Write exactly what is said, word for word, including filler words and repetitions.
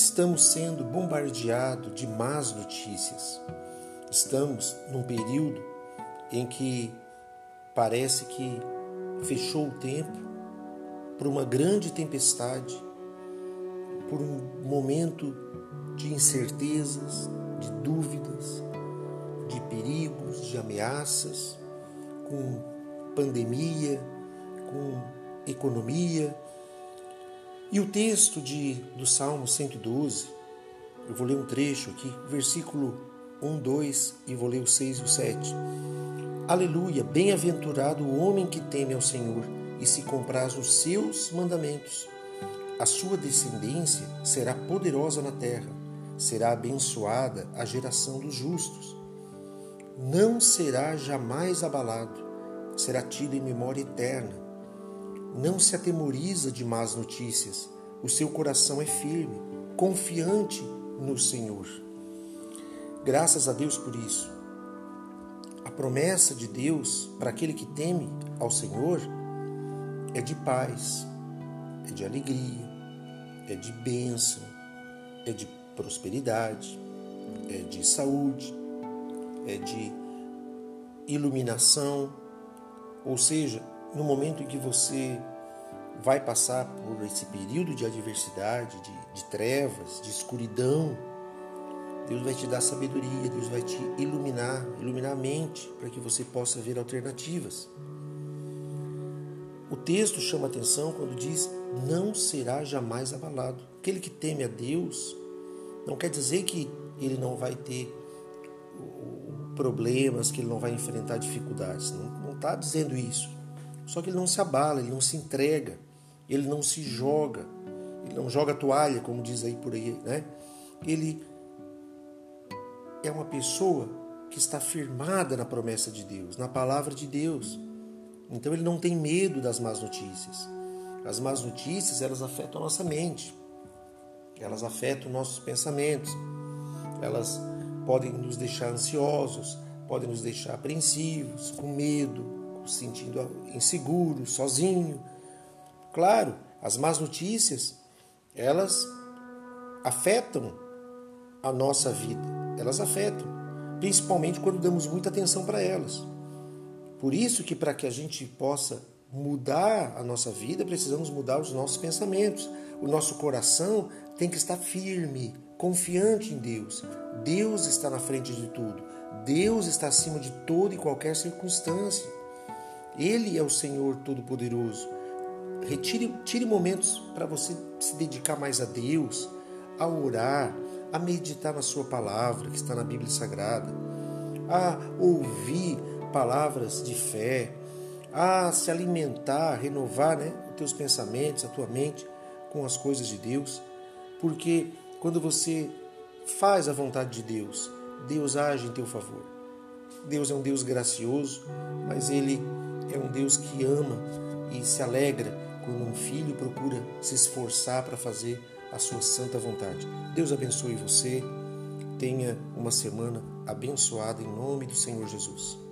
estamos sendo bombardeados de más notícias. Estamos num período em que parece que fechou o tempo por uma grande tempestade, por um momento de incertezas, de dúvidas, de perigos, de ameaças, com pandemia, com economia. E o texto de, do Salmo cento e doze, eu vou ler um trecho aqui, versículo um, dois, e vou ler o seis e o sete. Aleluia, bem-aventurado o homem que teme ao Senhor e se compraz nos seus mandamentos. A sua descendência será poderosa na terra, será abençoada a geração dos justos. Não será jamais abalado, será tido em memória eterna. Não se atemoriza de más notícias, o seu coração é firme, confiante no Senhor. Graças a Deus por isso. A promessa de Deus para aquele que teme ao Senhor é de paz, é de alegria, é de bênção, é de prosperidade, é de saúde, é de iluminação. Ou seja, no momento em que você vai passar por esse período de adversidade, de, de trevas, de escuridão, Deus vai te dar sabedoria, Deus vai te iluminar, iluminar a mente, para que você possa ver alternativas. O texto chama atenção quando diz, não será jamais abalado. Aquele que teme a Deus, não quer dizer que ele não vai ter problemas, que ele não vai enfrentar dificuldades. Não está dizendo isso. Só que ele não se abala, ele não se entrega, ele não se joga, ele não joga toalha, como diz aí por aí, né? Ele é uma pessoa que está firmada na promessa de Deus, na palavra de Deus. Então ele não tem medo das más notícias. As más notícias, elas afetam a nossa mente, elas afetam nossos pensamentos, elas podem nos deixar ansiosos, podem nos deixar apreensivos, com medo, se sentindo inseguro, sozinho. Claro, as más notícias, elas afetam a nossa vida, elas afetam, principalmente quando damos muita atenção para elas. Por isso que para que a gente possa mudar a nossa vida, precisamos mudar os nossos pensamentos. O nosso coração tem que estar firme, confiante em Deus. Deus está na frente de tudo. Deus está acima de toda e qualquer circunstância. Ele é o Senhor Todo-Poderoso. Retire, tire momentos para você se dedicar mais a Deus, a orar, a meditar na sua palavra, que está na Bíblia Sagrada, a ouvir palavras de fé, a se alimentar, renovar, né, os teus pensamentos, a tua mente com as coisas de Deus. Porque quando você faz a vontade de Deus, Deus age em teu favor. Deus é um Deus gracioso, mas Ele é um Deus que ama e se alegra quando um filho procura se esforçar para fazer a sua santa vontade. Deus abençoe você. Tenha uma semana abençoada em nome do Senhor Jesus.